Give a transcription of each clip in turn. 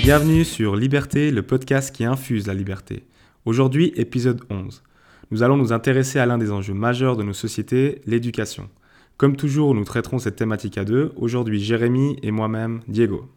Bienvenue sur Liberté, le podcast qui infuse la liberté. Aujourd'hui, épisode 11. Nous allons nous intéresser à l'un des enjeux majeurs de nos sociétés, l'éducation. Comme toujours, nous traiterons cette thématique à deux. Aujourd'hui, Jérémy et moi-même, Diego.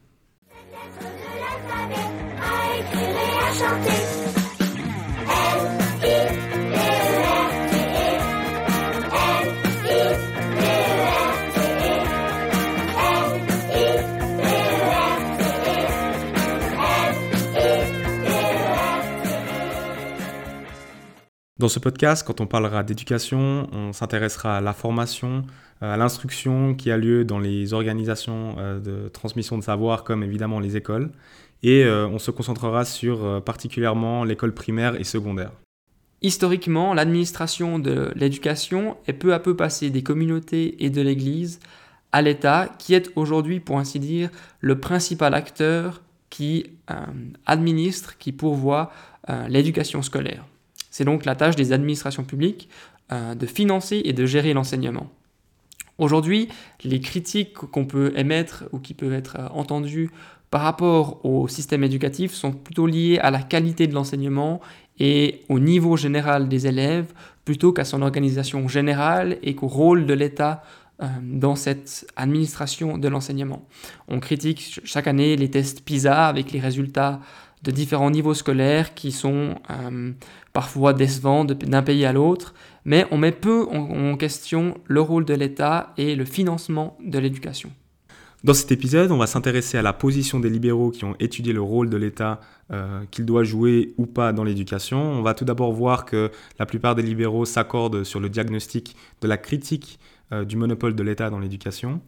Dans ce podcast, quand on parlera d'éducation, on s'intéressera à la formation, à l'instruction qui a lieu dans les organisations de transmission de savoir, comme évidemment les écoles, et on se concentrera sur particulièrement l'école primaire et secondaire. Historiquement, l'administration de l'éducation est peu à peu passée des communautés et de l'Église à l'État, qui est aujourd'hui, pour ainsi dire, le principal acteur qui administre, qui pourvoit l'éducation scolaire. C'est donc la tâche des administrations publiques de financer et de gérer l'enseignement. Aujourd'hui, les critiques qu'on peut émettre ou qui peuvent être entendues par rapport au système éducatif sont plutôt liées à la qualité de l'enseignement et au niveau général des élèves, plutôt qu'à son organisation générale et qu'au rôle de l'État dans cette administration de l'enseignement. On critique chaque année les tests PISA avec les résultats de différents niveaux scolaires qui sont parfois décevants d'un pays à l'autre, mais on met peu en question le rôle de l'État et le financement de l'éducation. Dans cet épisode, on va s'intéresser à la position des libéraux qui ont étudié le rôle de l'État qu'il doit jouer ou pas dans l'éducation. On va tout d'abord voir que la plupart des libéraux s'accordent sur le diagnostic de la critique du monopole de l'État dans l'éducation.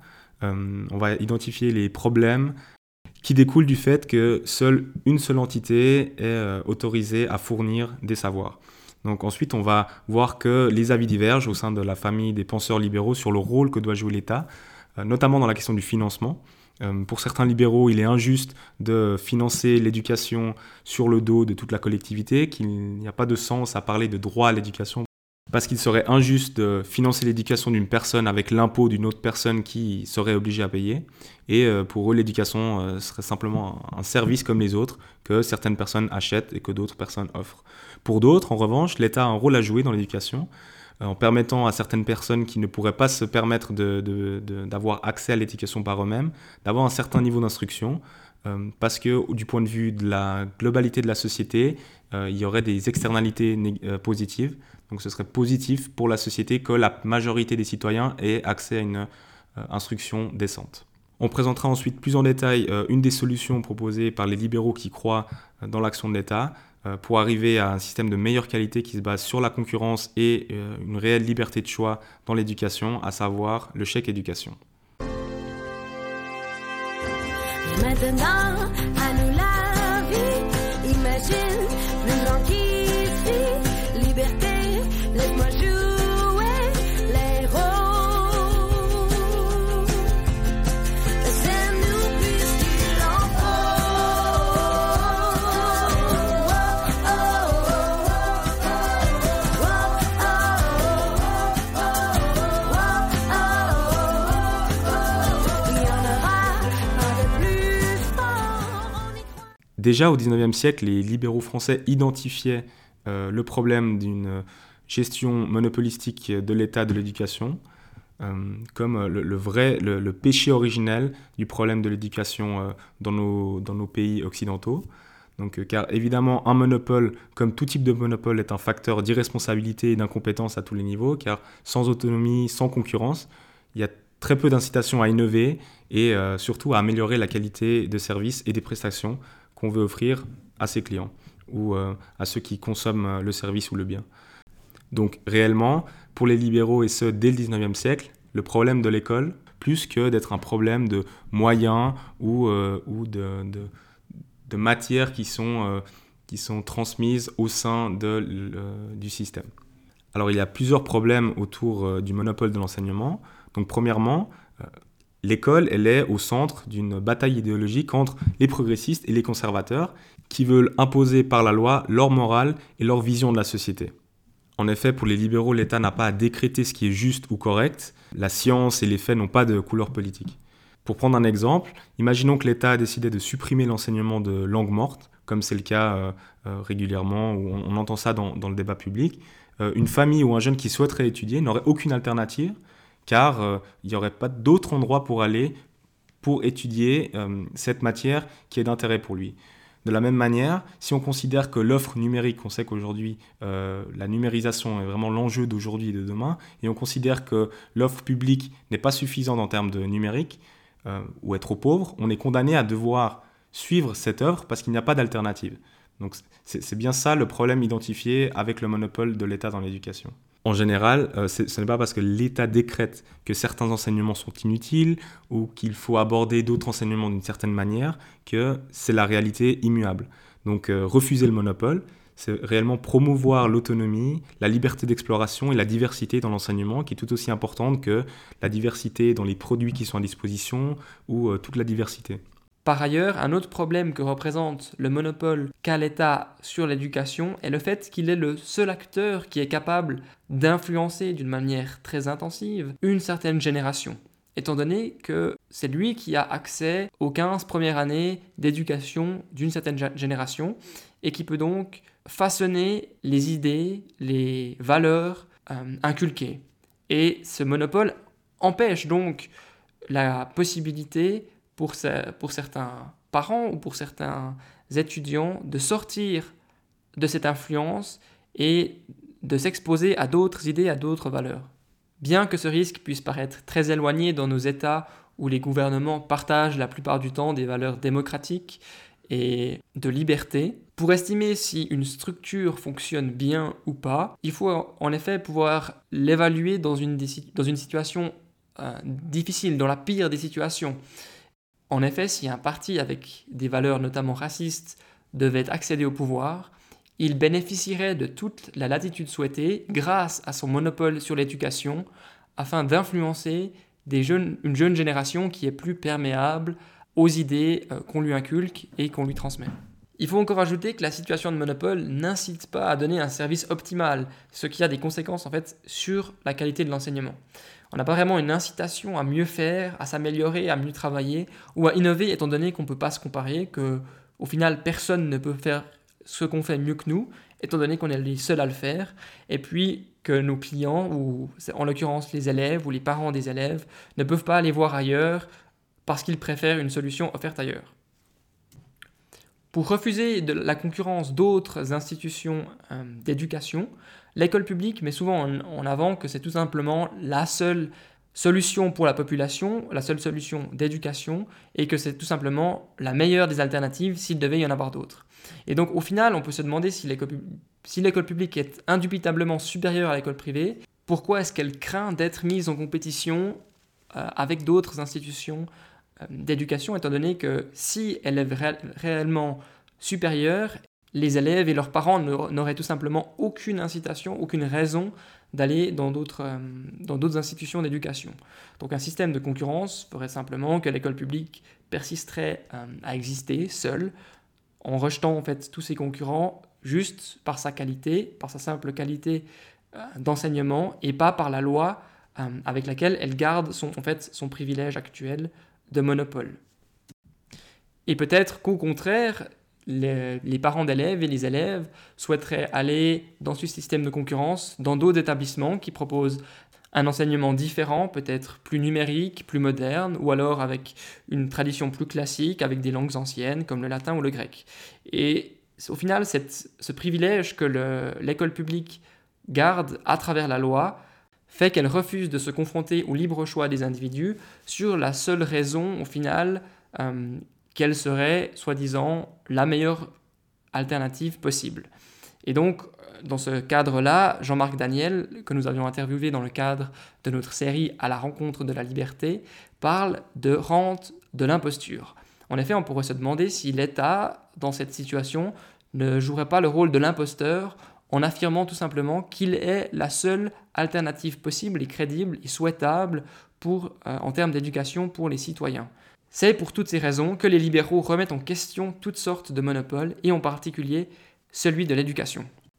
On va identifier les problèmes qui découle du fait que une seule entité est autorisée à fournir des savoirs. Donc ensuite, on va voir que les avis divergent au sein de la famille des penseurs libéraux sur le rôle que doit jouer l'État, notamment dans la question du financement. Pour certains libéraux, il est injuste de financer l'éducation sur le dos de toute la collectivité, qu'il n'y a pas de sens à parler de droit à l'éducation, parce qu'il serait injuste de financer l'éducation d'une personne avec l'impôt d'une autre personne qui serait obligée à payer. Et pour eux, l'éducation serait simplement un service comme les autres que certaines personnes achètent et que d'autres personnes offrent. Pour d'autres, en revanche, l'État a un rôle à jouer dans l'éducation en permettant à certaines personnes qui ne pourraient pas se permettre d'avoir accès à l'éducation par eux-mêmes, d'avoir un certain niveau d'instruction, parce que du point de vue de la globalité de la société, il y aurait des externalités positives. Donc ce serait positif pour la société que la majorité des citoyens aient accès à une instruction décente. On présentera ensuite plus en détail une des solutions proposées par les libéraux qui croient dans l'action de l'État pour arriver à un système de meilleure qualité qui se base sur la concurrence et une réelle liberté de choix dans l'éducation, à savoir le chèque éducation. Maintenant, à nous la vie, imagine, plus grand qu'ici, liberté, laisse-moi jouer les rôles. Laisse-nous puisqu'il en Déjà au XIXe siècle, les libéraux français identifiaient le problème d'une gestion monopolistique de l'État de l'éducation comme le péché originel du problème de l'éducation dans nos pays occidentaux. Donc, car évidemment, un monopole, comme tout type de monopole, est un facteur d'irresponsabilité et d'incompétence à tous les niveaux, car sans autonomie, sans concurrence, il y a très peu d'incitation à innover et surtout à améliorer la qualité de services et des prestations qu'on veut offrir à ses clients ou à ceux qui consomment le service ou le bien. Donc réellement, pour les libéraux, et ce dès le XIXe siècle, le problème de l'école, plus que d'être un problème de moyens ou de matières qui sont transmises au sein du système. Alors il y a plusieurs problèmes autour du monopole de l'enseignement. Donc premièrement, l'école, elle est au centre d'une bataille idéologique entre les progressistes et les conservateurs qui veulent imposer par la loi leur morale et leur vision de la société. En effet, pour les libéraux, l'État n'a pas à décréter ce qui est juste ou correct. La science et les faits n'ont pas de couleur politique. Pour prendre un exemple, imaginons que l'État a décidé de supprimer l'enseignement de langue morte, comme c'est le cas régulièrement, où on entend ça dans le débat public. Une famille ou un jeune qui souhaiterait étudier n'aurait aucune alternative, car il n'y aurait pas d'autre endroit pour aller pour étudier cette matière qui est d'intérêt pour lui. De la même manière, si on considère que l'offre numérique, on sait qu'aujourd'hui la numérisation est vraiment l'enjeu d'aujourd'hui et de demain, et on considère que l'offre publique n'est pas suffisante en termes de numérique, ou est trop pauvre, on est condamné à devoir suivre cette œuvre parce qu'il n'y a pas d'alternative. Donc c'est bien ça le problème identifié avec le monopole de l'État dans l'éducation. En général, ce n'est pas parce que l'État décrète que certains enseignements sont inutiles ou qu'il faut aborder d'autres enseignements d'une certaine manière que c'est la réalité immuable. Donc refuser le monopole, c'est réellement promouvoir l'autonomie, la liberté d'exploration et la diversité dans l'enseignement, qui est tout aussi importante que la diversité dans les produits qui sont à disposition ou toute la diversité. Par ailleurs, un autre problème que représente le monopole qu'a l'État sur l'éducation est le fait qu'il est le seul acteur qui est capable d'influencer d'une manière très intensive une certaine génération, étant donné que c'est lui qui a accès aux 15 premières années d'éducation d'une certaine génération et qui peut donc façonner les idées, les valeurs inculquées. Et ce monopole empêche donc la possibilité pour certains parents ou pour certains étudiants de sortir de cette influence et de s'exposer à d'autres idées, à d'autres valeurs. Bien que ce risque puisse paraître très éloigné dans nos États où les gouvernements partagent la plupart du temps des valeurs démocratiques et de liberté, pour estimer si une structure fonctionne bien ou pas, il faut en effet pouvoir l'évaluer dans une situation difficile, dans la pire des situations. En effet, si un parti avec des valeurs notamment racistes devait accéder au pouvoir, il bénéficierait de toute la latitude souhaitée grâce à son monopole sur l'éducation afin d'influencer une jeune génération qui est plus perméable aux idées qu'on lui inculque et qu'on lui transmet. Il faut encore ajouter que la situation de monopole n'incite pas à donner un service optimal, ce qui a des conséquences en fait sur la qualité de l'enseignement. On n'a pas vraiment une incitation à mieux faire, à s'améliorer, à mieux travailler ou à innover, étant donné qu'on ne peut pas se comparer, qu'au final personne ne peut faire ce qu'on fait mieux que nous, étant donné qu'on est les seuls à le faire, et puis que nos clients, ou en l'occurrence les élèves ou les parents des élèves, ne peuvent pas aller voir ailleurs parce qu'ils préfèrent une solution offerte ailleurs. Pour refuser la concurrence d'autres institutions d'éducation, l'école publique met souvent en avant que c'est tout simplement la seule solution pour la population, la seule solution d'éducation, et que c'est tout simplement la meilleure des alternatives s'il devait y en avoir d'autres. Et donc au final, on peut se demander si l'école publique est indubitablement supérieure à l'école privée, pourquoi est-ce qu'elle craint d'être mise en compétition avec d'autres institutions d'éducation, étant donné que si elle est réellement supérieure, les élèves et leurs parents n'auraient tout simplement aucune incitation, aucune raison d'aller dans d'autres institutions d'éducation. Donc un système de concurrence ferait simplement que l'école publique persisterait à exister seule, en rejetant en fait tous ses concurrents juste par sa qualité, par sa simple qualité d'enseignement, et pas par la loi avec laquelle elle garde son privilège actuel de monopole. Et peut-être qu'au contraire, les parents d'élèves et les élèves souhaiteraient aller dans ce système de concurrence, dans d'autres établissements qui proposent un enseignement différent, peut-être plus numérique, plus moderne, ou alors avec une tradition plus classique, avec des langues anciennes comme le latin ou le grec. Et au final, ce privilège que l'école publique garde à travers la loi fait qu'elle refuse de se confronter au libre choix des individus sur la seule raison, au final, qu'elle serait, soi-disant, la meilleure alternative possible. Et donc, dans ce cadre-là, Jean-Marc Daniel, que nous avions interviewé dans le cadre de notre série « À la rencontre de la liberté », parle de rente de l'imposture. En effet, on pourrait se demander si l'État, dans cette situation, ne jouerait pas le rôle de l'imposteur en affirmant tout simplement qu'il est la seule alternative possible et crédible et souhaitable en termes d'éducation pour les citoyens. C'est pour toutes ces raisons que les libéraux remettent en question toutes sortes de monopoles, et en particulier celui de l'éducation.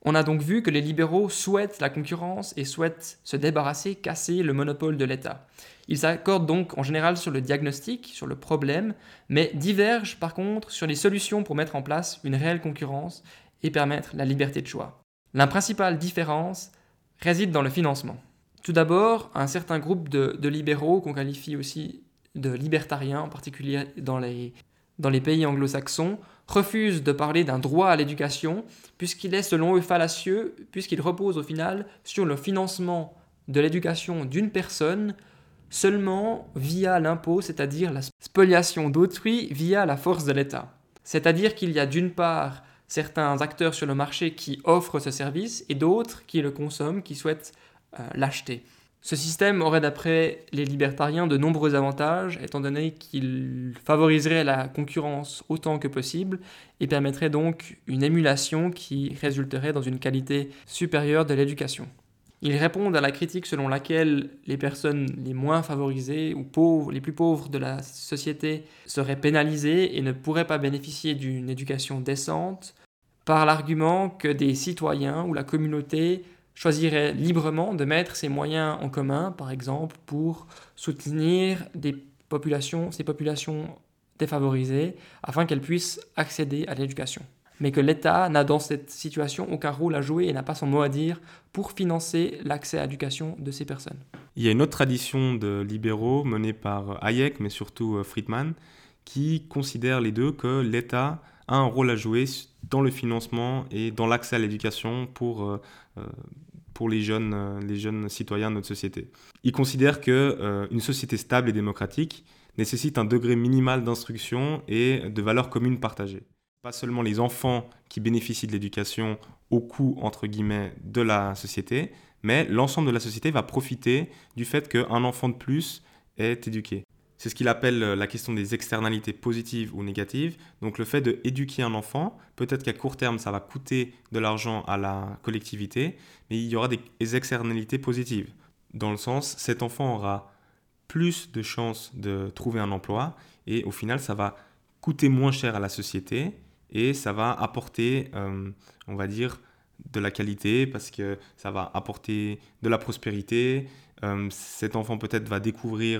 On a donc vu que les libéraux souhaitent la concurrence et souhaitent se débarrasser, casser le monopole de l'État. Ils s'accordent donc en général sur le diagnostic, sur le problème, mais divergent par contre sur les solutions pour mettre en place une réelle concurrence et permettre la liberté de choix. La principale différence réside dans le financement. Tout d'abord, un certain groupe de libéraux, qu'on qualifie aussi de libertariens, en particulier dans les pays anglo-saxons, refusent de parler d'un droit à l'éducation, puisqu'il est selon eux fallacieux, puisqu'il repose au final sur le financement de l'éducation d'une personne seulement via l'impôt, c'est-à-dire la spoliation d'autrui via la force de l'État. C'est-à-dire qu'il y a d'une part certains acteurs sur le marché qui offrent ce service et d'autres qui le consomment, qui souhaitent l'acheter. Ce système aurait d'après les libertariens de nombreux avantages, étant donné qu'il favoriserait la concurrence autant que possible et permettrait donc une émulation qui résulterait dans une qualité supérieure de l'éducation. Ils répondent à la critique selon laquelle les personnes les moins favorisées ou pauvres, les plus pauvres de la société seraient pénalisées et ne pourraient pas bénéficier d'une éducation décente par l'argument que des citoyens ou la communauté choisirait librement de mettre ses moyens en commun, par exemple, pour soutenir ces populations défavorisées, afin qu'elles puissent accéder à l'éducation. Mais que l'État n'a dans cette situation aucun rôle à jouer et n'a pas son mot à dire pour financer l'accès à l'éducation de ces personnes. Il y a une autre tradition de libéraux menée par Hayek, mais surtout Friedman, qui considère les deux que l'État a un rôle à jouer dans le financement et dans l'accès à l'éducation pour les jeunes citoyens de notre société. Il considère qu'une société stable et démocratique nécessite un degré minimal d'instruction et de valeurs communes partagées. Pas seulement les enfants qui bénéficient de l'éducation au coût, entre guillemets, de la société, mais l'ensemble de la société va profiter du fait qu'un enfant de plus est éduqué. C'est ce qu'il appelle la question des externalités positives ou négatives. Donc le fait d'éduquer un enfant, peut-être qu'à court terme, ça va coûter de l'argent à la collectivité, mais il y aura des externalités positives. Dans le sens, cet enfant aura plus de chances de trouver un emploi et au final, ça va coûter moins cher à la société et ça va apporter, on va dire, de la qualité parce que ça va apporter de la prospérité. Cet enfant peut-être va découvrir,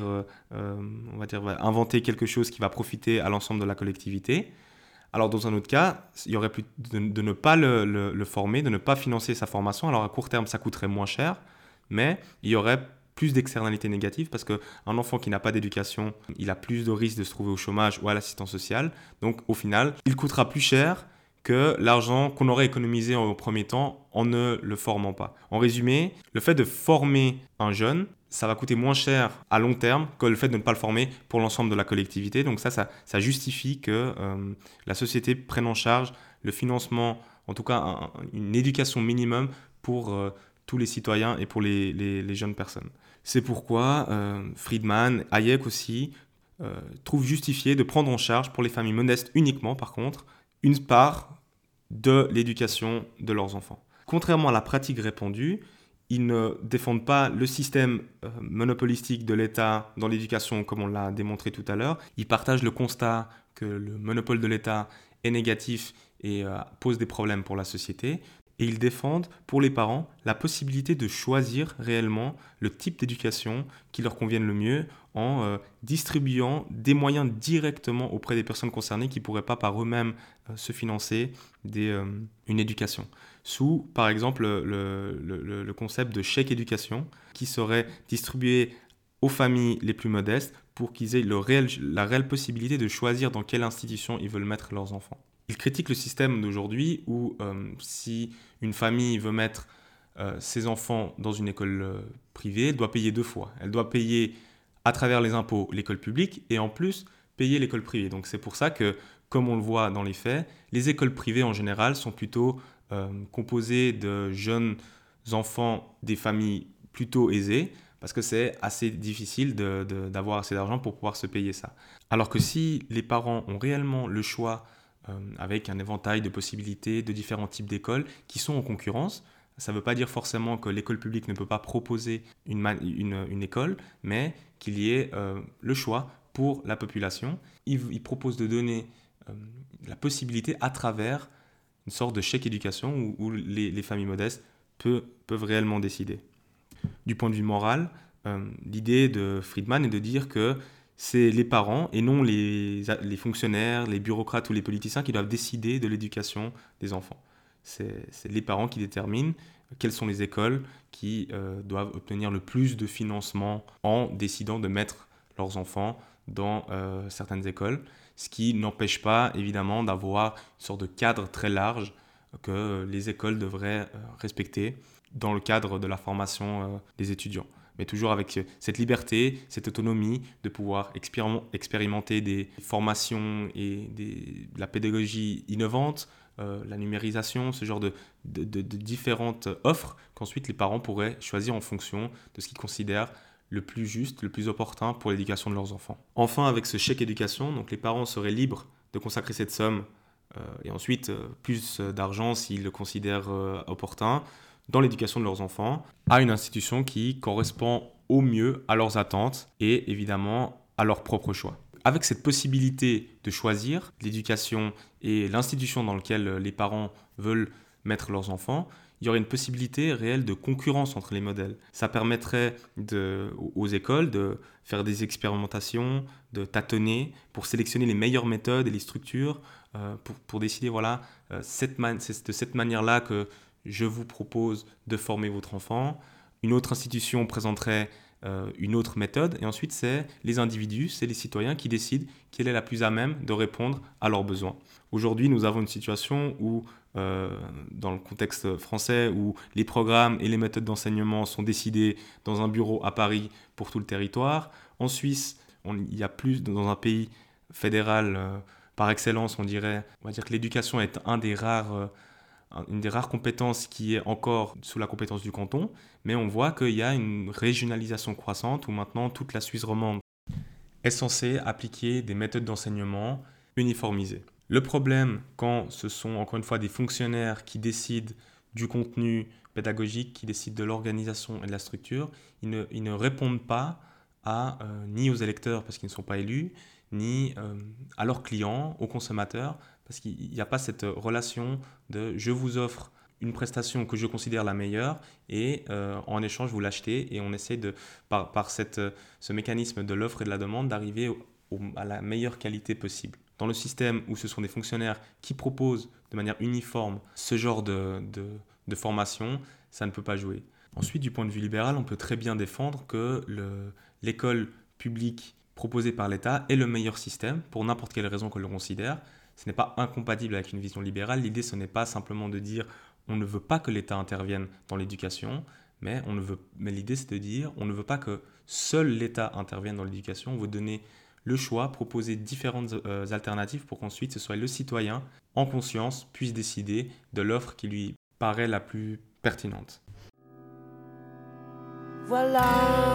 on va dire, va inventer quelque chose qui va profiter à l'ensemble de la collectivité. Alors dans un autre cas, il y aurait plus de ne pas le former, de ne pas financer sa formation. Alors à court terme, ça coûterait moins cher, mais il y aurait plus d'externalités négatives parce qu'un enfant qui n'a pas d'éducation, il a plus de risques de se trouver au chômage ou à l'assistance sociale. Donc au final, il coûtera plus cher que l'argent qu'on aurait économisé au premier temps en ne le formant pas. En résumé, le fait de former un jeune, ça va coûter moins cher à long terme que le fait de ne pas le former pour l'ensemble de la collectivité. Donc ça justifie que la société prenne en charge le financement, en tout cas une éducation minimum pour tous les citoyens et pour les jeunes personnes. C'est pourquoi Friedman, Hayek aussi, trouvent justifié de prendre en charge pour les familles modestes uniquement, par contre, une part de l'éducation de leurs enfants. Contrairement à la pratique répandue, ils ne défendent pas le système monopolistique de l'État dans l'éducation comme on l'a démontré tout à l'heure. Ils partagent le constat que le monopole de l'État est négatif et pose des problèmes pour la société. Et ils défendent pour les parents la possibilité de choisir réellement le type d'éducation qui leur convienne le mieux en distribuant des moyens directement auprès des personnes concernées qui ne pourraient pas par eux-mêmes se financer une éducation. Sous, par exemple, le concept de chèque éducation qui serait distribué aux familles les plus modestes pour qu'ils aient la réelle possibilité de choisir dans quelle institution ils veulent mettre leurs enfants. Il critique le système d'aujourd'hui où si une famille veut mettre ses enfants dans une école privée, elle doit payer 2 fois. Elle doit payer à travers les impôts l'école publique et en plus payer l'école privée. Donc c'est pour ça que, comme on le voit dans les faits, les écoles privées en général sont plutôt composées de jeunes enfants des familles plutôt aisées parce que c'est assez difficile d'avoir assez d'argent pour pouvoir se payer ça. Alors que si les parents ont réellement le choix avec un éventail de possibilités de différents types d'écoles qui sont en concurrence. Ça ne veut pas dire forcément que l'école publique ne peut pas proposer une école, mais qu'il y ait le choix pour la population. Il propose de donner la possibilité à travers une sorte de chèque éducation où les familles modestes peuvent réellement décider. Du point de vue moral, l'idée de Friedman est de dire que c'est les parents et non les fonctionnaires, les bureaucrates ou les politiciens qui doivent décider de l'éducation des enfants. C'est les parents qui déterminent quelles sont les écoles qui doivent obtenir le plus de financement en décidant de mettre leurs enfants dans certaines écoles, ce qui n'empêche pas évidemment d'avoir une sorte de cadre très large que les écoles devraient respecter dans le cadre de la formation des étudiants. Mais toujours avec cette liberté, cette autonomie de pouvoir expérimenter des formations et de la pédagogie innovante, la numérisation, ce genre de différentes offres qu'ensuite les parents pourraient choisir en fonction de ce qu'ils considèrent le plus juste, le plus opportun pour l'éducation de leurs enfants. Enfin, avec ce chèque éducation, donc les parents seraient libres de consacrer cette somme et ensuite plus d'argent s'ils le considèrent opportun dans l'éducation de leurs enfants à une institution qui correspond au mieux à leurs attentes et évidemment à leur propre choix. Avec cette possibilité de choisir l'éducation et l'institution dans laquelle les parents veulent mettre leurs enfants, il y aurait une possibilité réelle de concurrence entre les modèles. Ça permettrait aux écoles de faire des expérimentations, de tâtonner pour sélectionner les meilleures méthodes et les structures pour décider, voilà, c'est de cette manière-là que je vous propose de former votre enfant. Une autre institution présenterait une autre méthode et ensuite c'est les individus, c'est les citoyens qui décident quelle est la plus à même de répondre à leurs besoins. Aujourd'hui, nous avons une situation où, dans le contexte français, où les programmes et les méthodes d'enseignement sont décidés dans un bureau à Paris pour tout le territoire. En Suisse, il y a plus, dans un pays fédéral par excellence, on va dire que l'éducation est une des rares compétences qui est encore sous la compétence du canton, mais on voit qu'il y a une régionalisation croissante où maintenant toute la Suisse romande est censée appliquer des méthodes d'enseignement uniformisées. Le problème, quand ce sont encore une fois des fonctionnaires qui décident du contenu pédagogique, qui décident de l'organisation et de la structure, ils ne répondent pas ni aux électeurs parce qu'ils ne sont pas élus, ni à leurs clients, aux consommateurs, parce qu'il n'y a pas cette relation de « je vous offre une prestation que je considère la meilleure et en échange vous l'achetez » et on essaie par ce mécanisme de l'offre et de la demande d'arriver à la meilleure qualité possible. Dans le système où ce sont des fonctionnaires qui proposent de manière uniforme ce genre de formation, ça ne peut pas jouer. Ensuite, du point de vue libéral, on peut très bien défendre que l'école publique proposée par l'État est le meilleur système pour n'importe quelle raison que l'on considère. Ce n'est pas incompatible avec une vision libérale. L'idée, ce n'est pas simplement de dire on ne veut pas que l'État intervienne dans l'éducation, mais l'idée, c'est de dire on ne veut pas que seul l'État intervienne dans l'éducation. On veut donner le choix, proposer différentes alternatives pour qu'ensuite ce soit le citoyen, en conscience, puisse décider de l'offre qui lui paraît la plus pertinente. Voilà,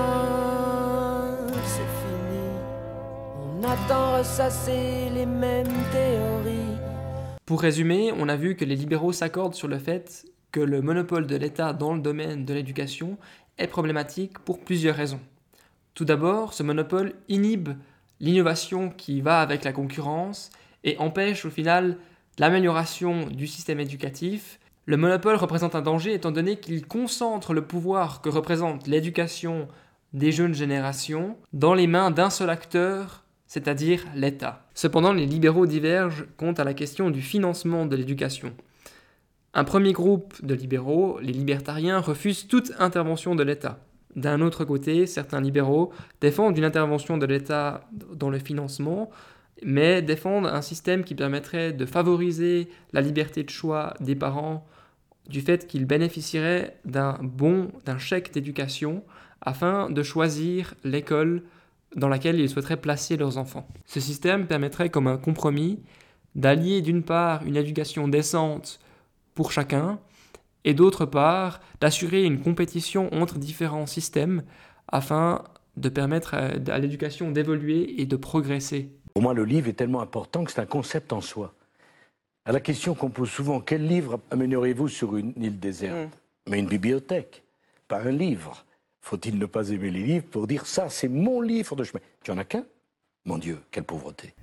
c'est fini. On attend ressasser les mêmes théories. Pour résumer, on a vu que les libéraux s'accordent sur le fait que le monopole de l'État dans le domaine de l'éducation est problématique pour plusieurs raisons. Tout d'abord, ce monopole inhibe l'innovation qui va avec la concurrence et empêche au final l'amélioration du système éducatif. Le monopole représente un danger étant donné qu'il concentre le pouvoir que représente l'éducation des jeunes générations dans les mains d'un seul acteur, c'est-à-dire l'État. Cependant, les libéraux divergent quant à la question du financement de l'éducation. Un premier groupe de libéraux, les libertariens, refusent toute intervention de l'État. D'un autre côté, certains libéraux défendent une intervention de l'État dans le financement, mais défendent un système qui permettrait de favoriser la liberté de choix des parents du fait qu'ils bénéficieraient d'un chèque d'éducation afin de choisir l'école dans laquelle ils souhaiteraient placer leurs enfants. Ce système permettrait comme un compromis d'allier d'une part une éducation décente pour chacun et d'autre part d'assurer une compétition entre différents systèmes afin de permettre à l'éducation d'évoluer et de progresser. Pour moi, le livre est tellement important que c'est un concept en soi. À la question qu'on pose souvent, quel livre amènerez-vous sur une île déserte ? Mais une bibliothèque, pas un livre. Faut-il ne pas aimer les livres pour dire ça, c'est mon livre de chemin ? Tu en as qu'un ? Mon Dieu, quelle pauvreté.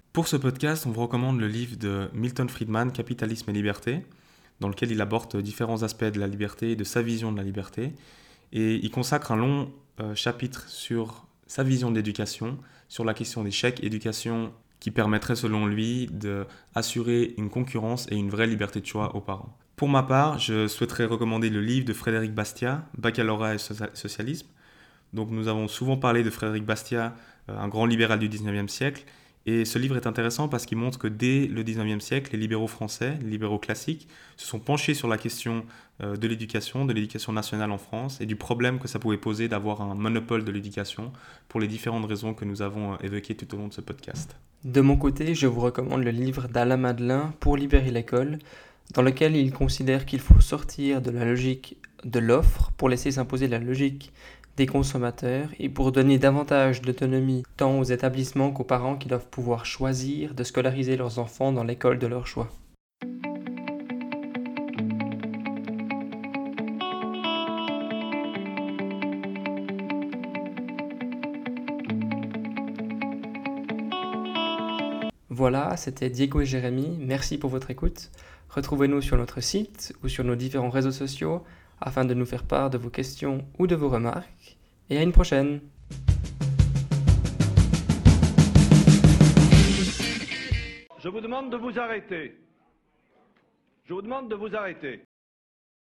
Pour ce podcast, on vous recommande le livre de Milton Friedman, Capitalisme et liberté, dans lequel il aborde différents aspects de la liberté et de sa vision de la liberté. Et il consacre un long chapitre sur sa vision de l'éducation, sur la question des chèques éducation qui permettrait selon lui d'assurer une concurrence et une vraie liberté de choix aux parents. Pour ma part, je souhaiterais recommander le livre de Frédéric Bastiat, Baccalauréat et socialisme. Donc nous avons souvent parlé de Frédéric Bastiat, un grand libéral du 19e siècle. Et ce livre est intéressant parce qu'il montre que dès le 19e siècle, les libéraux français, les libéraux classiques, se sont penchés sur la question de l'éducation nationale en France et du problème que ça pouvait poser d'avoir un monopole de l'éducation pour les différentes raisons que nous avons évoquées tout au long de ce podcast. De mon côté, je vous recommande le livre d'Alain Madelin, Pour libérer l'école, dans lequel il considère qu'il faut sortir de la logique de l'offre pour laisser s'imposer la logique des consommateurs et pour donner davantage d'autonomie tant aux établissements qu'aux parents qui doivent pouvoir choisir de scolariser leurs enfants dans l'école de leur choix. Voilà, c'était Diego et Jérémy, merci pour votre écoute. Retrouvez-nous sur notre site ou sur nos différents réseaux sociaux afin de nous faire part de vos questions ou de vos remarques. Et à une prochaine! Je vous demande de vous arrêter. Je vous demande de vous arrêter.